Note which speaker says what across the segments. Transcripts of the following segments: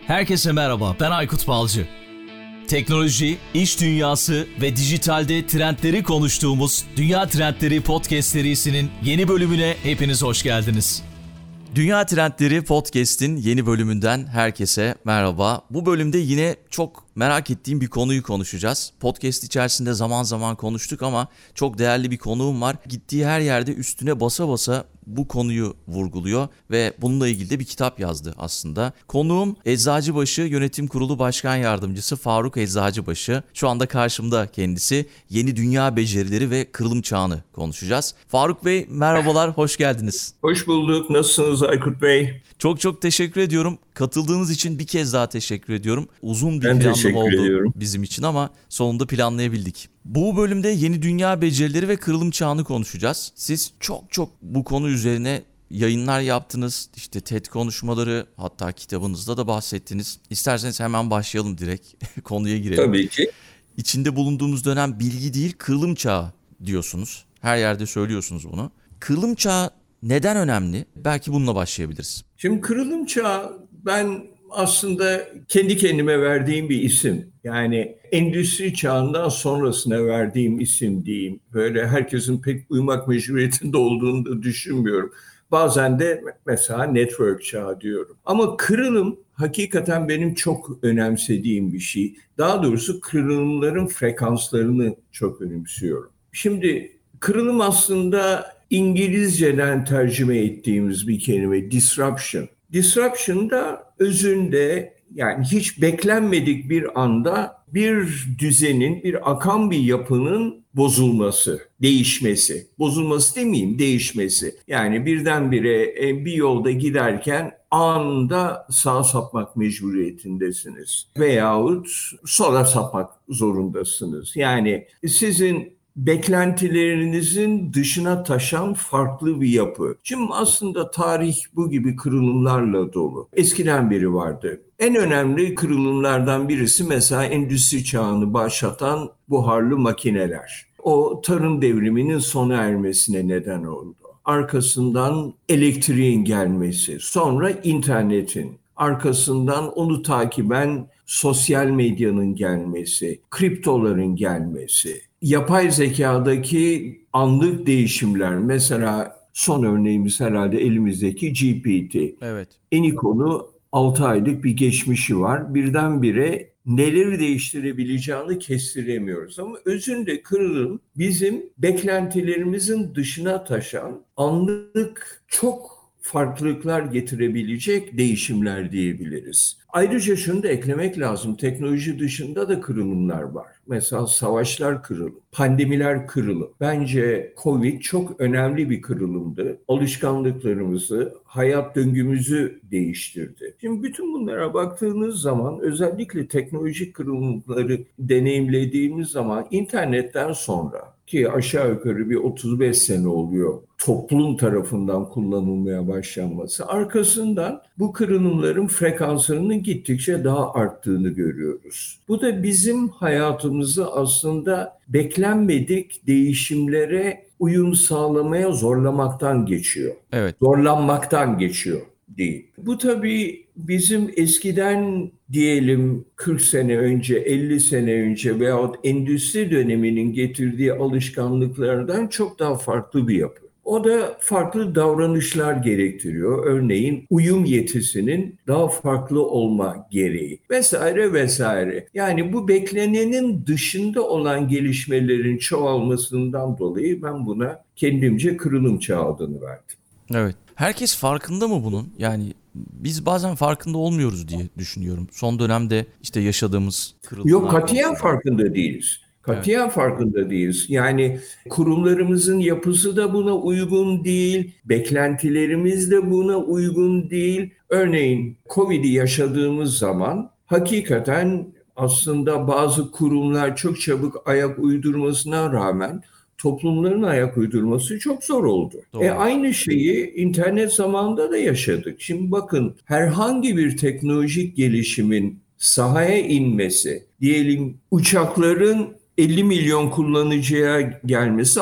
Speaker 1: Herkese merhaba, ben Aykut Balcı. Teknoloji, iş dünyası ve dijitalde trendleri konuştuğumuz Dünya Trendleri Podcast serisinin yeni bölümüne hepiniz hoş geldiniz. Dünya Trendleri Podcast'in yeni bölümünden herkese merhaba. Bu bölümde yine çok merak ettiğim bir konuyu konuşacağız. Podcast içerisinde zaman zaman konuştuk ama çok değerli bir konuğum var. Gittiği her yerde üstüne basa basa bu konuyu vurguluyor ve bununla ilgili de bir kitap yazdı aslında. Konuğum Eczacıbaşı Yönetim Kurulu Başkan Yardımcısı Faruk Eczacıbaşı. Şu anda karşımda kendisi. Yeni dünya becerileri ve kırılım çağını konuşacağız. Faruk Bey merhabalar, hoş geldiniz.
Speaker 2: Hoş bulduk. Nasılsınız Aykut Bey?
Speaker 1: Çok teşekkür ediyorum. Katıldığınız için bir kez daha teşekkür ediyorum. Uzun bir
Speaker 2: Ben
Speaker 1: planlama oldu
Speaker 2: ediyorum.
Speaker 1: bizim için ama sonunda planlayabildik. Bu bölümde yeni dünya becerileri ve kırılım çağını konuşacağız. Siz çok bu konu üzerine yayınlar yaptınız. İşte TED konuşmaları, hatta kitabınızda da bahsettiniz. İsterseniz hemen başlayalım direkt konuya girelim.
Speaker 2: Tabii ki.
Speaker 1: İçinde bulunduğumuz dönem bilgi değil, kırılım çağı diyorsunuz. Her yerde söylüyorsunuz bunu. Kırılım çağı neden önemli? Belki bununla başlayabiliriz.
Speaker 2: Şimdi kırılım çağı ben aslında kendi kendime verdiğim bir isim. Yani endüstri çağından sonrasına verdiğim isim diyeyim. Böyle herkesin pek uymak mecburiyetinde olduğunu da düşünmüyorum. Bazen de mesela network çağı diyorum. Ama kırılım hakikaten benim çok önemsediğim bir şey. Daha doğrusu kırılımların frekanslarını çok önemsiyorum. Şimdi kırılım aslında İngilizceden tercüme ettiğimiz bir kelime, disruption. Disruption da özünde yani hiç beklenmedik bir anda bir düzenin, bir akan bir yapının bozulması, değişmesi. Bozulması demeyeyim, değişmesi. Yani birdenbire bir yolda giderken anında sağa sapmak mecburiyetindesiniz. Veyahut sola sapmak zorundasınız. Yani sizin beklentilerinizin dışına taşan farklı bir yapı. Şimdi aslında tarih bu gibi kırılımlarla dolu. Eskiden beri vardı. En önemli kırılımlardan birisi mesela endüstri çağını başlatan buharlı makineler. O tarım devriminin sona ermesine neden oldu. Arkasından elektriğin gelmesi, sonra internetin, arkasından onu takiben sosyal medyanın gelmesi, kriptoların gelmesi, yapay zekadaki anlık değişimler. Mesela son örneğimiz herhalde elimizdeki GPT.
Speaker 1: Evet.
Speaker 2: Eniko'nu 6 aylık bir geçmişi var. Birdenbire neleri değiştirebileceğini kestiremiyoruz. Ama özünde kırılım bizim beklentilerimizin dışına taşan anlık çok farklılıklar getirebilecek değişimler diyebiliriz. Ayrıca şunu da eklemek lazım. Teknoloji dışında da kırılımlar var. Mesela savaşlar kırılım, pandemiler kırılım. Bence Covid çok önemli bir kırılımdı. Alışkanlıklarımızı, hayat döngümüzü değiştirdi. Şimdi bütün bunlara baktığınız zaman özellikle teknolojik kırılımları deneyimlediğimiz zaman internetten sonra ki aşağı yukarı bir 35 sene oluyor toplum tarafından kullanılmaya başlanması. Arkasından bu kırılımların frekanslarının gittikçe daha arttığını görüyoruz. Bu da bizim hayatımızı aslında beklenmedik değişimlere uyum sağlamaya zorlamaktan geçiyor.
Speaker 1: Evet.
Speaker 2: Zorlanmaktan geçiyor değil. Bu tabii bizim eskiden diyelim 40 sene önce, 50 sene önce veyahut endüstri döneminin getirdiği alışkanlıklardan çok daha farklı bir yapı. O da farklı davranışlar gerektiriyor. Örneğin uyum yetisinin daha farklı olma gereği vesaire vesaire. Yani bu beklenenin dışında olan gelişmelerin çoğalmasından dolayı ben buna kendimce kırılım çağı adını verdim.
Speaker 1: Evet. Herkes farkında mı bunun? Yani biz bazen farkında olmuyoruz diye düşünüyorum. Son dönemde işte yaşadığımız kırılımlar.
Speaker 2: Yok, katiyen farkında değiliz. Katiyen farkında değiliz. Yani kurumlarımızın yapısı da buna uygun değil. Beklentilerimiz de buna uygun değil. Örneğin Covid'i yaşadığımız zaman hakikaten aslında bazı kurumlar çok çabuk ayak uydurmasına rağmen toplumların ayak uydurması çok zor oldu.
Speaker 1: Doğru.
Speaker 2: Aynı şeyi internet zamanında da yaşadık. Şimdi bakın herhangi bir teknolojik gelişimin sahaya inmesi, diyelim uçakların 50 milyon kullanıcıya gelmesi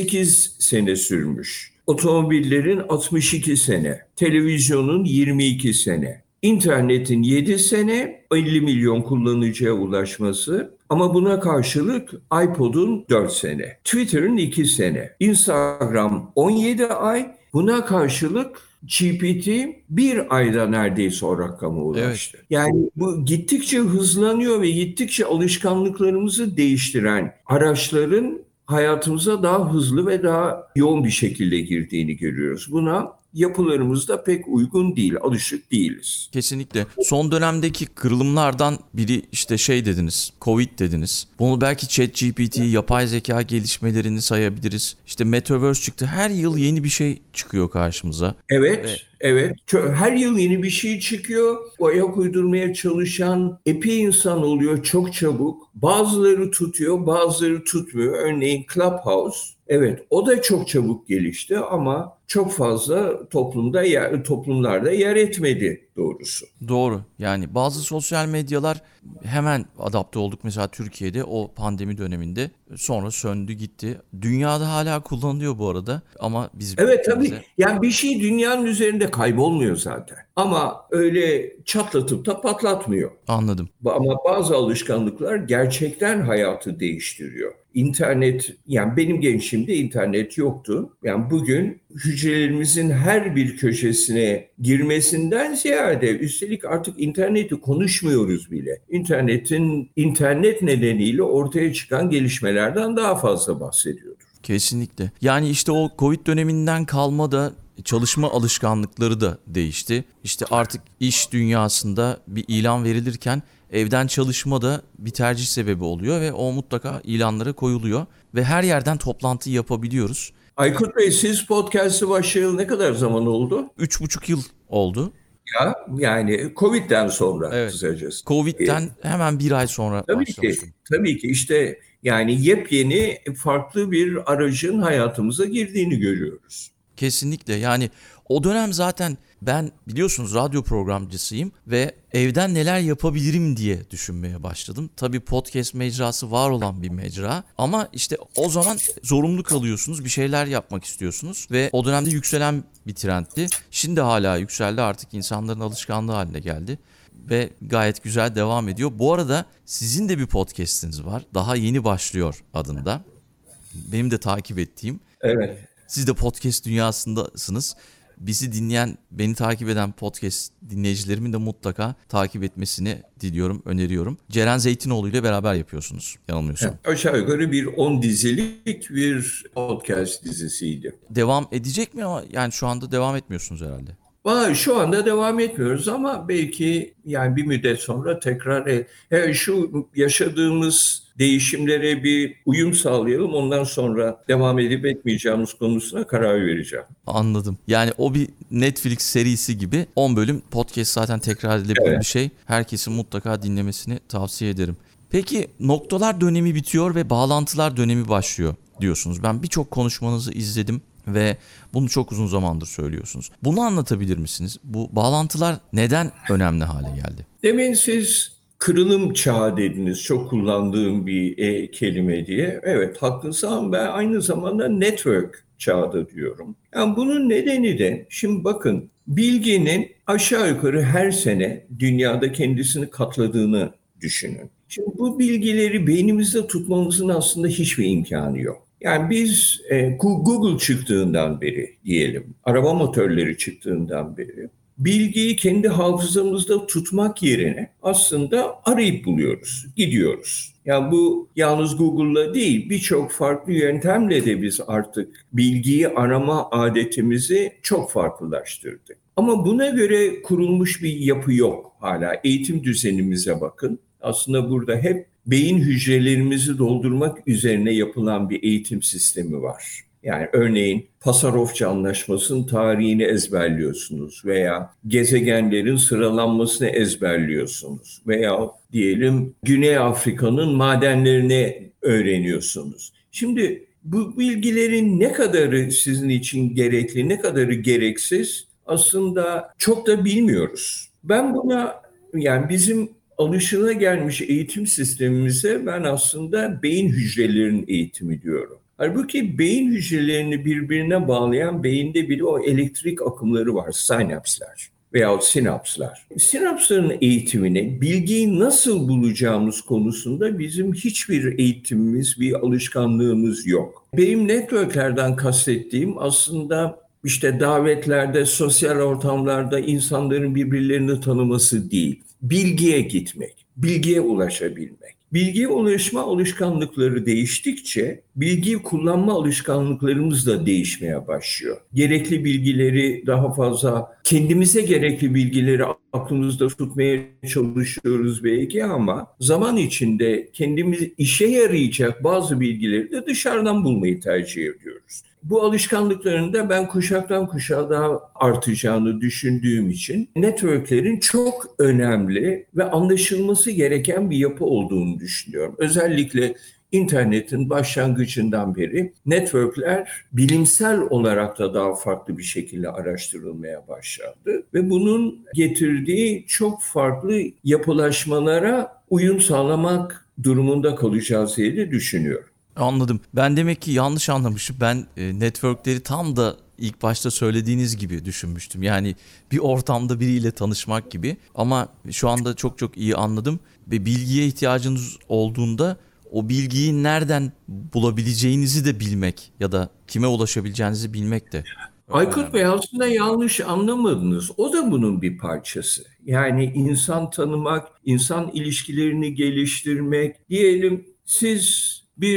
Speaker 2: 68 sene sürmüş. Otomobillerin 62 sene, televizyonun 22 sene. İnternetin 7 sene 50 milyon kullanıcıya ulaşması ama buna karşılık iPod'un 4 sene, Twitter'ın 2 sene, Instagram 17 ay, buna karşılık GPT bir ayda neredeyse o rakama ulaştı.
Speaker 3: Evet.
Speaker 2: Yani bu gittikçe hızlanıyor ve gittikçe alışkanlıklarımızı değiştiren araçların hayatımıza daha hızlı ve daha yoğun bir şekilde girdiğini görüyoruz. Buna yapılarımız da pek uygun değil, alışık değiliz.
Speaker 3: Kesinlikle. Son dönemdeki kırılımlardan biri işte şey dediniz, Covid dediniz. Bunu belki ChatGPT, yapay zeka gelişmelerini sayabiliriz. İşte Metaverse çıktı. Her yıl yeni bir şey çıkıyor karşımıza.
Speaker 2: Evet. Her yıl yeni bir şey çıkıyor. O ayak uydurmaya çalışan epey insan oluyor çok çabuk. Bazıları tutuyor, bazıları tutmuyor. Örneğin Clubhouse. Evet, o da çok çabuk gelişti ama çok fazla toplumlarda yer etmedi doğrusu.
Speaker 3: Doğru. Yani bazı sosyal medyalar hemen adapte olduk. Mesela Türkiye'de o pandemi döneminde, sonra söndü gitti. Dünyada hala kullanılıyor bu arada ama biz...
Speaker 2: Evet tabii. Yani bir şey dünyanın üzerinde kaybolmuyor zaten. Ama öyle çatlatıp da patlatmıyor.
Speaker 3: Anladım.
Speaker 2: Ama bazı alışkanlıklar gerçekten hayatı değiştiriyor. İnternet, yani benim gençliğimde internet yoktu. Yani bugün hücrelerimizin her bir köşesine girmesinden ziyade, üstelik artık interneti konuşmuyoruz bile. İnternet nedeniyle ortaya çıkan gelişmelerden daha fazla bahsediyoruz.
Speaker 3: Kesinlikle. Yani işte o Covid döneminden kalma da çalışma alışkanlıkları da değişti. İşte artık iş dünyasında bir ilan verilirken evden çalışma da bir tercih sebebi oluyor ve o mutlaka ilanlara koyuluyor ve her yerden toplantı yapabiliyoruz.
Speaker 2: Aykut Bey, siz podcast'ı başlayalı ne kadar zaman oldu?
Speaker 3: 3,5 yıl oldu.
Speaker 2: Ya yani Covid'den sonra
Speaker 3: Evet.
Speaker 2: kısacası.
Speaker 3: Covid'den hemen bir ay sonra başlamıştım.
Speaker 2: Tabii ki işte yani yepyeni farklı bir aracın hayatımıza girdiğini görüyoruz.
Speaker 3: Kesinlikle, yani o dönem zaten ben biliyorsunuz radyo programcısıyım ve evden neler yapabilirim diye düşünmeye başladım. Tabii podcast mecrası var olan bir mecra ama işte o zaman zorunlu kalıyorsunuz, bir şeyler yapmak istiyorsunuz ve o dönemde yükselen bir trendti. Şimdi hala yükseldi, artık insanların alışkanlığı haline geldi ve gayet güzel devam ediyor. Bu arada sizin de bir podcast'iniz var, daha yeni başlıyor adında. Benim de takip ettiğim.
Speaker 2: Evet.
Speaker 3: Siz de podcast dünyasındasınız. Bizi dinleyen, beni takip eden podcast dinleyicilerimin de mutlaka takip etmesini diliyorum, öneriyorum. Ceren Zeytinoğlu ile beraber yapıyorsunuz, yanılmıyorsam.
Speaker 2: Aşağı yukarı bir 10 dizilik bir podcast dizisiydi.
Speaker 3: Devam edecek mi ama yani şu anda devam etmiyorsunuz herhalde.
Speaker 2: Şu anda devam etmiyoruz ama belki yani bir müddet sonra tekrar şu yaşadığımız değişimlere bir uyum sağlayalım. Ondan sonra devam edip etmeyeceğimiz konusuna karar vereceğim.
Speaker 3: Anladım. Yani o bir Netflix serisi gibi 10 bölüm podcast, zaten tekrar edilebilir bir şey. Herkesin mutlaka dinlemesini tavsiye ederim. Peki noktalar dönemi bitiyor ve bağlantılar dönemi başlıyor diyorsunuz. Ben birçok konuşmanızı izledim ve bunu çok uzun zamandır söylüyorsunuz. Bunu anlatabilir misiniz? Bu bağlantılar neden önemli hale geldi?
Speaker 2: Demin siz kırılım çağı dediniz, çok kullandığım bir kelime diye. Evet, haklısın ama ben aynı zamanda network çağı da diyorum. Yani bunun nedeni de, şimdi bakın, bilginin aşağı yukarı her sene dünyada kendisini katladığını düşünün. Şimdi bu bilgileri beynimizde tutmamızın aslında hiçbir imkanı yok. Yani biz Google çıktığından beri diyelim, araba motorları çıktığından beri bilgiyi kendi hafızamızda tutmak yerine aslında arayıp buluyoruz, gidiyoruz. Yani bu yalnız Google'la değil, birçok farklı yöntemle de biz artık bilgiyi arama adetimizi çok farklılaştırdık. Ama buna göre kurulmuş bir yapı yok hala. Eğitim düzenimize bakın. Aslında burada hep beyin hücrelerimizi doldurmak üzerine yapılan bir eğitim sistemi var. Yani örneğin Pasarofça Anlaşması'nın tarihini ezberliyorsunuz veya gezegenlerin sıralanmasını ezberliyorsunuz veya diyelim Güney Afrika'nın madenlerini öğreniyorsunuz. Şimdi bu bilgilerin ne kadarı sizin için gerekli, ne kadarı gereksiz aslında çok da bilmiyoruz. Ben buna, yani bizim alışılagelmiş eğitim sistemimize ben aslında beyin hücrelerinin eğitimi diyorum. Halbuki beyin hücrelerini birbirine bağlayan beyinde bile o elektrik akımları var, sinapsler. veyahut sinapslar. Sinapsların eğitimini, bilgiyi nasıl bulacağımız konusunda bizim hiçbir eğitimimiz, bir alışkanlığımız yok. Benim networklerden kastettiğim aslında işte davetlerde, sosyal ortamlarda insanların birbirlerini tanıması değil, bilgiye gitmek, bilgiye ulaşabilmek. Bilgiye ulaşma alışkanlıkları değiştikçe bilgiyi kullanma alışkanlıklarımız da değişmeye başlıyor. Gerekli bilgileri daha fazla, kendimize gerekli bilgileri aklımızda tutmaya çalışıyoruz belki ama zaman içinde kendimiz işe yarayacak bazı bilgileri de dışarıdan bulmayı tercih ediyoruz. Bu alışkanlıkların da ben kuşaktan kuşağa daha artacağını düşündüğüm için networklerin çok önemli ve anlaşılması gereken bir yapı olduğunu düşünüyorum. Özellikle İnternetin başlangıcından beri networkler bilimsel olarak da daha farklı bir şekilde araştırılmaya başlandı ve bunun getirdiği çok farklı yapılaşmalara uyum sağlamak durumunda kalacağız diye de düşünüyorum.
Speaker 3: Anladım. Ben demek ki yanlış anlamışım. Ben networkleri tam da ilk başta söylediğiniz gibi düşünmüştüm. Yani bir ortamda biriyle tanışmak gibi. Ama şu anda çok çok iyi anladım. Ve bilgiye ihtiyacınız olduğunda o bilgiyi nereden bulabileceğinizi de bilmek ya da kime ulaşabileceğinizi bilmek de.
Speaker 2: Aykut Bey, aslında yanlış anlamadınız. O da bunun bir parçası. Yani insan tanımak, insan ilişkilerini geliştirmek. Diyelim siz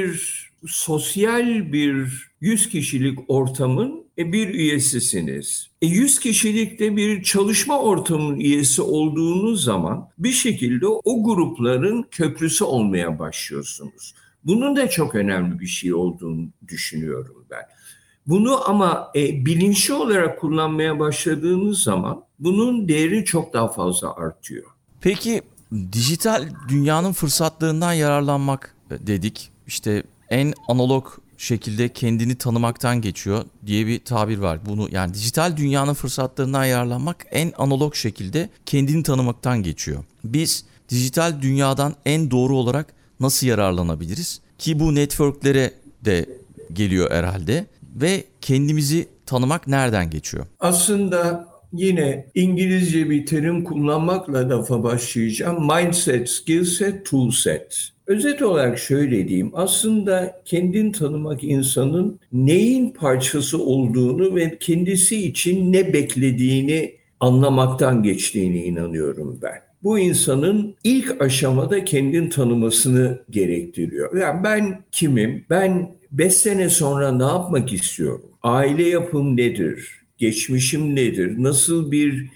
Speaker 2: sosyal bir 100 kişilik ortamın bir üyesisiniz. 100 kişilikte bir çalışma ortamının üyesi olduğunuz zaman bir şekilde o grupların köprüsü olmaya başlıyorsunuz. Bunun da çok önemli bir şey olduğunu düşünüyorum ben. Bunu ama bilinçli olarak kullanmaya başladığınız zaman bunun değeri çok daha fazla artıyor.
Speaker 3: Peki dijital dünyanın fırsatlarından yararlanmak dedik. İşte en analog şekilde kendini tanımaktan geçiyor diye bir tabir var. Bunu yani dijital dünyanın fırsatlarından yararlanmak en analog şekilde kendini tanımaktan geçiyor. Biz dijital dünyadan en doğru olarak nasıl yararlanabiliriz? Ki bu networklere de geliyor herhalde ve kendimizi tanımak nereden geçiyor?
Speaker 2: Aslında yine İngilizce bir terim kullanmakla lafa başlayacağım. Mindset, skill set, tool set. Özet olarak şöyle diyeyim. Aslında kendini tanımak insanın neyin parçası olduğunu ve kendisi için ne beklediğini anlamaktan geçtiğine inanıyorum ben. Bu insanın ilk aşamada kendini tanımasını gerektiriyor. Yani ben kimim? Ben 5 sene sonra ne yapmak istiyorum? Aile yapım nedir? Geçmişim nedir? Nasıl bir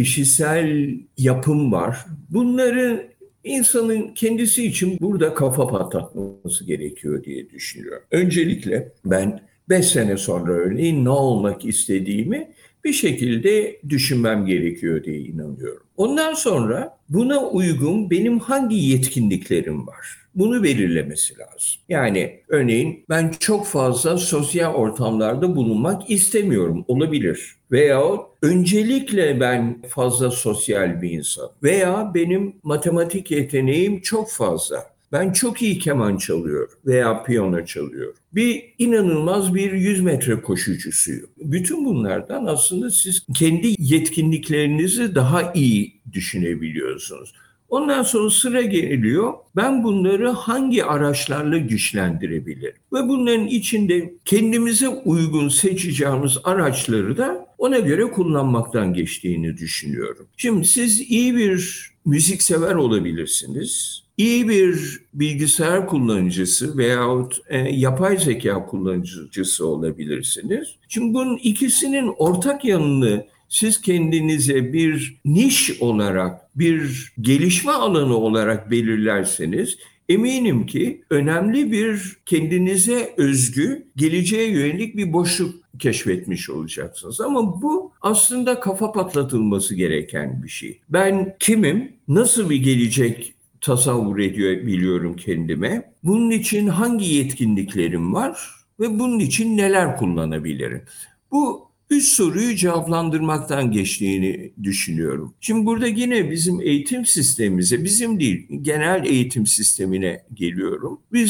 Speaker 2: kişisel yapım var? Bunları insanın kendisi için burada kafa patlatması gerekiyor diye düşünüyorum. Öncelikle ben 5 sene sonra örneğin ne olmak istediğimi bir şekilde düşünmem gerekiyor diye inanıyorum. Ondan sonra buna uygun benim hangi yetkinliklerim var? Bunu belirlemesi lazım. Yani örneğin ben çok fazla sosyal ortamlarda bulunmak istemiyorum. Olabilir. Veyahut öncelikle ben fazla sosyal bir insan. Veya benim matematik yeteneğim çok fazla. Ben çok iyi keman çalıyorum veya piyano çalıyorum. İnanılmaz bir 100 metre koşucusuyum. Bütün bunlardan aslında siz kendi yetkinliklerinizi daha iyi düşünebiliyorsunuz. Ondan sonra sıra geliyor. Ben bunları hangi araçlarla güçlendirebilirim? Ve bunların içinde kendimize uygun seçeceğimiz araçları da ona göre kullanmaktan geçtiğini düşünüyorum. Şimdi siz iyi bir müziksever olabilirsiniz. İyi bir bilgisayar kullanıcısı veyahut yapay zeka kullanıcısı olabilirsiniz. Şimdi bunun ikisinin ortak yanını siz kendinize bir niş olarak, bir gelişme alanı olarak belirlerseniz eminim ki önemli bir kendinize özgü, geleceğe yönelik bir boşluk keşfetmiş olacaksınız. Ama bu aslında kafa patlatılması gereken bir şey. Ben kimim? Nasıl bir gelecek tasavvur biliyorum kendime? Bunun için hangi yetkinliklerim var ve bunun için neler kullanabilirim? Bu üç soruyu cevaplandırmaktan geçtiğini düşünüyorum. Şimdi burada yine bizim eğitim sistemimize, bizim değil, genel eğitim sistemine geliyorum. Biz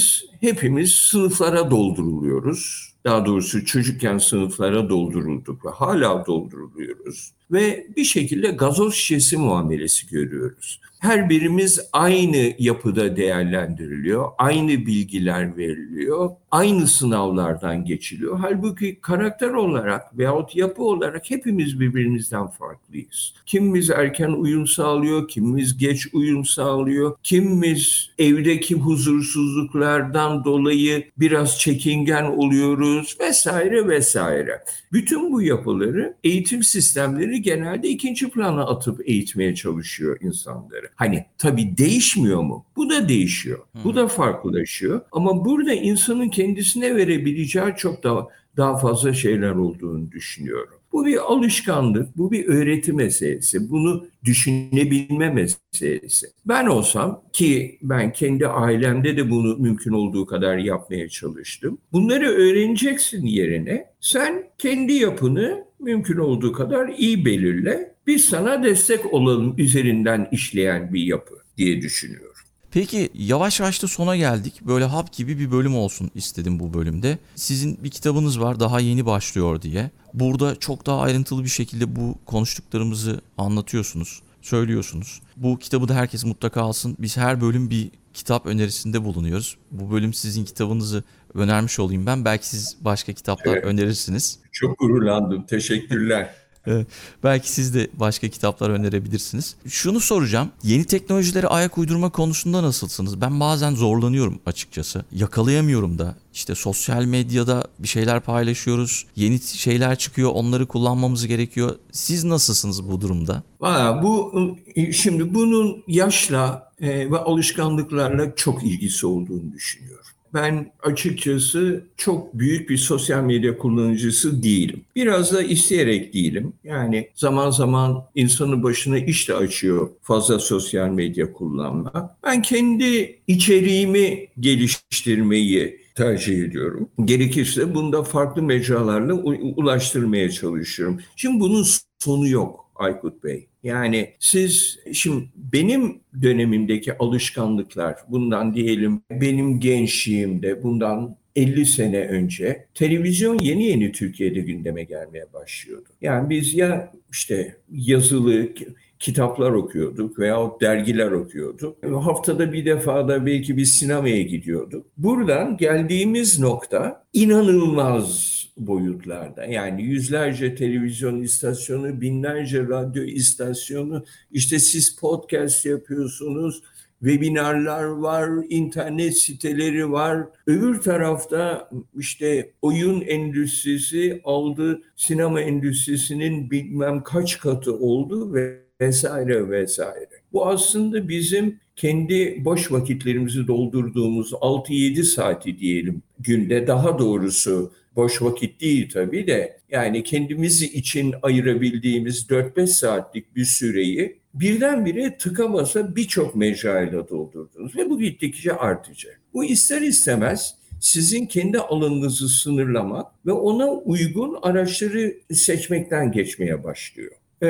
Speaker 2: hepimiz sınıflara dolduruluyoruz. Daha doğrusu çocukken sınıflara doldurulduk ve hala dolduruluyoruz. Ve bir şekilde gazoz şişesi muamelesi görüyoruz. Her birimiz aynı yapıda değerlendiriliyor, aynı bilgiler veriliyor, aynı sınavlardan geçiliyor. Halbuki karakter olarak veyahut yapı olarak hepimiz birbirimizden farklıyız. Kimimiz erken uyum sağlıyor, kimimiz geç uyum sağlıyor, kimimiz evdeki huzursuzluklardan dolayı biraz çekingen oluyoruz vesaire vesaire. Bütün bu yapıları eğitim sistemleri genelde ikinci plana atıp eğitmeye çalışıyor insanları. Hani tabii değişmiyor mu? Bu da değişiyor. Bu da farklılaşıyor. Ama burada insanın kendisine verebileceği çok daha fazla şeyler olduğunu düşünüyorum. Bu bir alışkanlık, bu bir öğreti meselesi, bunu düşünebilme meselesi. Ben olsam, ki ben kendi ailemde de bunu mümkün olduğu kadar yapmaya çalıştım. Bunları öğreneceksin yerine sen kendi yapını mümkün olduğu kadar iyi belirle. Biz sana destek olalım üzerinden işleyen bir yapı diye düşünüyorum.
Speaker 3: Peki yavaş yavaş da sona geldik. Böyle hap gibi bir bölüm olsun istedim bu bölümde. Sizin bir kitabınız var, daha yeni başlıyor diye. Burada çok daha ayrıntılı bir şekilde bu konuştuklarımızı anlatıyorsunuz, söylüyorsunuz. Bu kitabı da herkes mutlaka alsın. Biz her bölüm bir kitap önerisinde bulunuyoruz. Bu bölüm sizin kitabınızı önermiş olayım ben. Belki siz başka kitaplar önerirsiniz.
Speaker 2: Çok gururlandım. Teşekkürler.
Speaker 3: Belki siz de başka kitaplar önerebilirsiniz. Şunu soracağım. Yeni teknolojilere ayak uydurma konusunda nasılsınız? Ben bazen zorlanıyorum açıkçası. Yakalayamıyorum da. İşte sosyal medyada bir şeyler paylaşıyoruz. Yeni şeyler çıkıyor. Onları kullanmamız gerekiyor. Siz nasılsınız bu durumda?
Speaker 2: Şimdi bunun yaşla ve alışkanlıklarla çok ilgisi olduğunu düşünüyorum. Ben açıkçası çok büyük bir sosyal medya kullanıcısı değilim. Biraz da isteyerek değilim. Yani zaman zaman insanın başına iş de açıyor fazla sosyal medya kullanma. Ben kendi içeriğimi geliştirmeyi tercih ediyorum. Gerekirse bunu da farklı mecralarla ulaştırmaya çalışıyorum. Şimdi bunun sonu yok Aykut Bey. Yani şimdi benim dönemimdeki alışkanlıklar, bundan diyelim benim gençliğimde, bundan 50 sene önce televizyon yeni yeni Türkiye'de gündeme gelmeye başlıyordu. Yani biz ya işte yazılı kitaplar okuyorduk veyahut dergiler okuyorduk. Haftada bir defa da belki bir sinemaya gidiyorduk. Buradan geldiğimiz nokta inanılmaz boyutlarda. Yani yüzlerce televizyon istasyonu, binlerce radyo istasyonu, işte siz podcast yapıyorsunuz, webinarlar var, internet siteleri var. Öbür tarafta işte oyun endüstrisi aldı, sinema endüstrisinin bilmem kaç katı oldu ve vesaire vesaire. Bu aslında bizim kendi boş vakitlerimizi doldurduğumuz 6-7 saati diyelim günde, daha doğrusu boş vakit değil tabii de, yani kendimiz için ayırabildiğimiz 4-5 saatlik bir süreyi birdenbire tıka basa birçok mecrayla doldurdunuz ve bu gittikçe artacak. Bu ister istemez sizin kendi alanınızı sınırlamak ve ona uygun araçları seçmekten geçmeye başlıyor.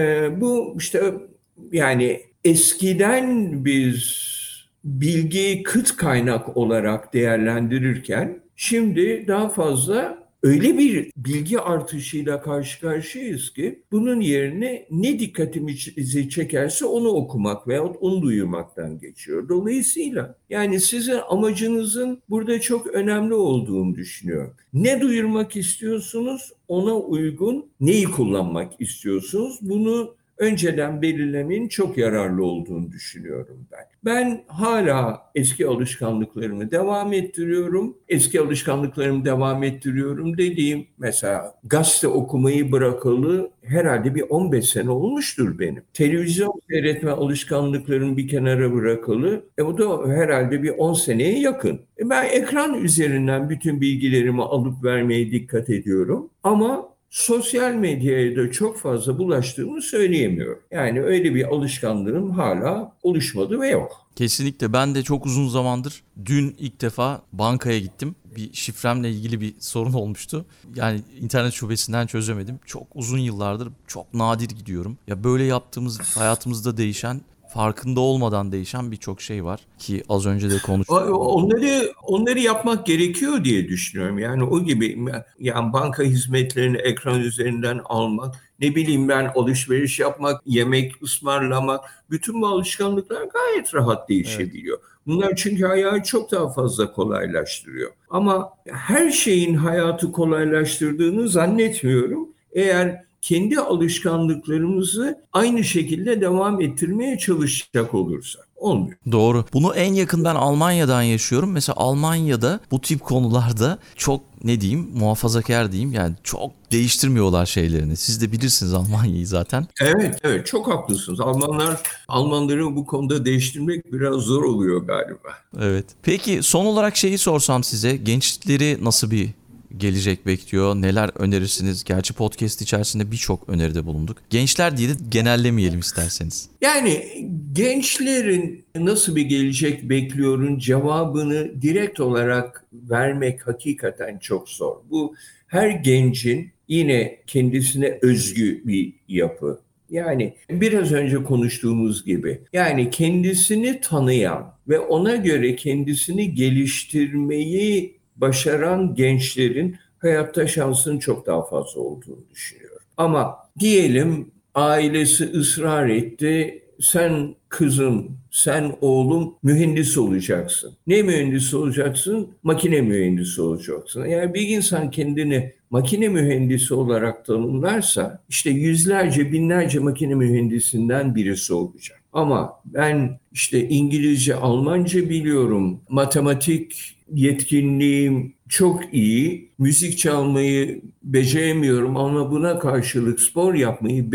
Speaker 2: Bu işte yani eskiden biz bilgiyi kıt kaynak olarak değerlendirirken şimdi daha fazla öyle bir bilgi artışıyla karşı karşıyayız ki bunun yerine ne dikkatimizi çekerse onu okumak veyahut onu duyurmaktan geçiyor. Dolayısıyla yani sizin amacınızın burada çok önemli olduğunu düşünüyorum. Ne duyurmak istiyorsunuz, ona uygun neyi kullanmak istiyorsunuz, bunu önceden belirlemenin çok yararlı olduğunu düşünüyorum ben. Ben hala eski alışkanlıklarımı devam ettiriyorum. Eski alışkanlıklarımı devam ettiriyorum dediğim, mesela gazete okumayı bırakalı herhalde bir 15 sene olmuştur benim. Televizyon seyretme alışkanlıklarımı bir kenara bırakalı. O da herhalde bir 10 seneye yakın. Ben ekran üzerinden bütün bilgilerimi alıp vermeye dikkat ediyorum. Ama sosyal medyaya da çok fazla bulaştığımı söyleyemiyorum. Yani öyle bir alışkanlığım hala oluşmadı ve yok.
Speaker 3: Kesinlikle, ben de çok uzun zamandır, dün ilk defa bankaya gittim. Bir şifremle ilgili bir sorun olmuştu. Yani internet şubesinden çözemedim. Çok uzun yıllardır çok nadir gidiyorum. Ya böyle yaptığımız, hayatımızda değişen farkında olmadan değişen birçok şey var ki az önce de konuştuk.
Speaker 2: Onları yapmak gerekiyor diye düşünüyorum. Yani o gibi, yani banka hizmetlerini ekran üzerinden almak, ne bileyim ben, alışveriş yapmak, yemek ısmarlamak, bütün bu alışkanlıklar gayet rahat değişebiliyor. Evet. Bunlar çünkü hayatı çok daha fazla kolaylaştırıyor. Ama her şeyin hayatı kolaylaştırdığını zannetmiyorum. Eğer kendi alışkanlıklarımızı aynı şekilde devam ettirmeye çalışacak olursak. Olmuyor.
Speaker 3: Doğru. Bunu en yakın ben Almanya'dan yaşıyorum. Mesela Almanya'da bu tip konularda çok muhafazakar diyeyim. Yani çok değiştirmiyorlar şeylerini. Siz de bilirsiniz Almanya'yı zaten.
Speaker 2: Evet, çok haklısınız. Almanları bu konuda değiştirmek biraz zor oluyor galiba.
Speaker 3: Evet. Peki son olarak şeyi sorsam size, gençleri nasıl bir gelecek bekliyor? Neler önerirsiniz? Gerçi podcast içerisinde birçok öneride bulunduk. Gençler diye de genellemeyelim isterseniz.
Speaker 2: Yani gençlerin nasıl bir gelecek bekliyorun cevabını direkt olarak vermek hakikaten çok zor. Bu her gencin yine kendisine özgü bir yapı. Yani biraz önce konuştuğumuz gibi, yani kendisini tanıyan ve ona göre kendisini geliştirmeyi başaran gençlerin hayatta şansının çok daha fazla olduğunu düşünüyorum. Ama diyelim ailesi ısrar etti, sen kızım, sen oğlum mühendis olacaksın. Ne mühendisi olacaksın? Makine mühendisi olacaksın. Yani bir insan kendini makine mühendisi olarak tanımlarsa işte yüzlerce, binlerce makine mühendisinden birisi olacak. Ama ben işte İngilizce, Almanca biliyorum, matematik yetkinliğim çok iyi, müzik çalmayı beceremiyorum ama buna karşılık spor yapmayı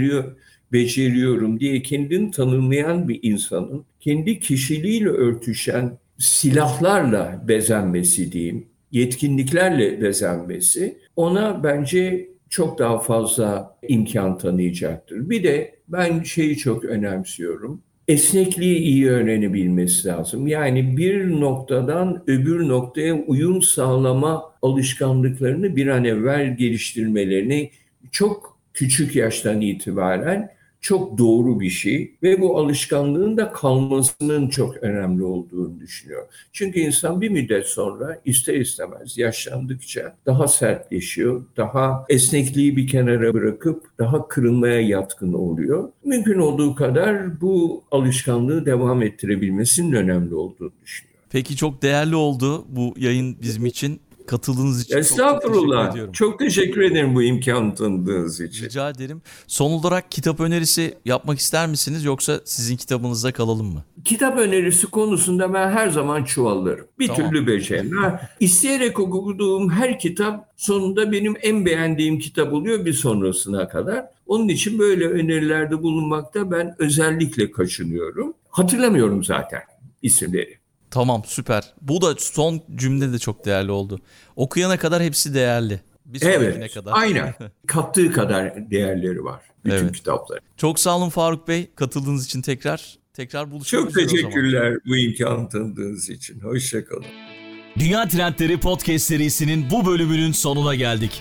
Speaker 2: beceriyorum diye kendini tanımlayan bir insanın kendi kişiliğiyle örtüşen silahlarla bezenmesi diyeyim, yetkinliklerle bezenmesi ona bence çok daha fazla imkan tanıyacaktır. Bir de ben şeyi çok önemsiyorum. Esnekliği iyi öğrenebilmesi lazım. Yani bir noktadan öbür noktaya uyum sağlama alışkanlıklarını bir an evvel geliştirmelerini çok küçük yaştan itibaren çok doğru bir şey ve bu alışkanlığın da kalmasının çok önemli olduğunu düşünüyorum. Çünkü insan bir müddet sonra ister istemez yaşlandıkça daha sertleşiyor, daha esnekliği bir kenara bırakıp daha kırılmaya yatkın oluyor. Mümkün olduğu kadar bu alışkanlığı devam ettirebilmesinin önemli olduğunu düşünüyorum.
Speaker 3: Peki, çok değerli oldu bu yayın bizim için. Katıldığınız için çok teşekkür ediyorum.
Speaker 2: Çok teşekkür ederim bu imkanı tanıdığınız için.
Speaker 3: Rica ederim. Son olarak kitap önerisi yapmak ister misiniz yoksa sizin kitabınızda kalalım mı?
Speaker 2: Kitap önerisi konusunda ben her zaman çuvallarım. Bir türlü beceremem. İsteyerek okuduğum her kitap sonunda benim en beğendiğim kitap oluyor bir sonrasına kadar. Onun için böyle önerilerde bulunmakta ben özellikle kaçınıyorum. Hatırlamıyorum zaten isimleri.
Speaker 3: Tamam, süper. Bu da son cümle de çok değerli oldu. Okuyana kadar hepsi değerli. Bir sonrakine kadar.
Speaker 2: Aynen. Kattığı kadar değerleri var bütün kitaplar.
Speaker 3: Çok sağ olun Faruk Bey. Katıldığınız için tekrar buluşmak üzere.
Speaker 2: Çok teşekkürler bu imkanı tanıdığınız için. Hoşça kalın.
Speaker 1: Dünya Trendleri Podcast serisinin bu bölümünün sonuna geldik.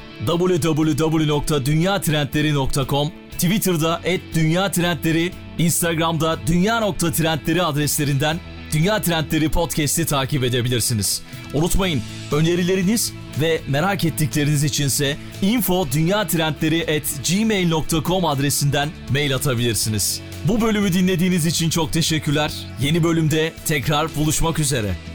Speaker 1: www.dünyatrendleri.com, Twitter'da @dünyatrendleri, Instagram'da dünya.trendleri adreslerinden Dünya Trendleri Podcast'i takip edebilirsiniz. Unutmayın, önerileriniz ve merak ettikleriniz içinse info@dünyatrendleri@gmail.com adresinden mail atabilirsiniz. Bu bölümü dinlediğiniz için çok teşekkürler. Yeni bölümde tekrar buluşmak üzere.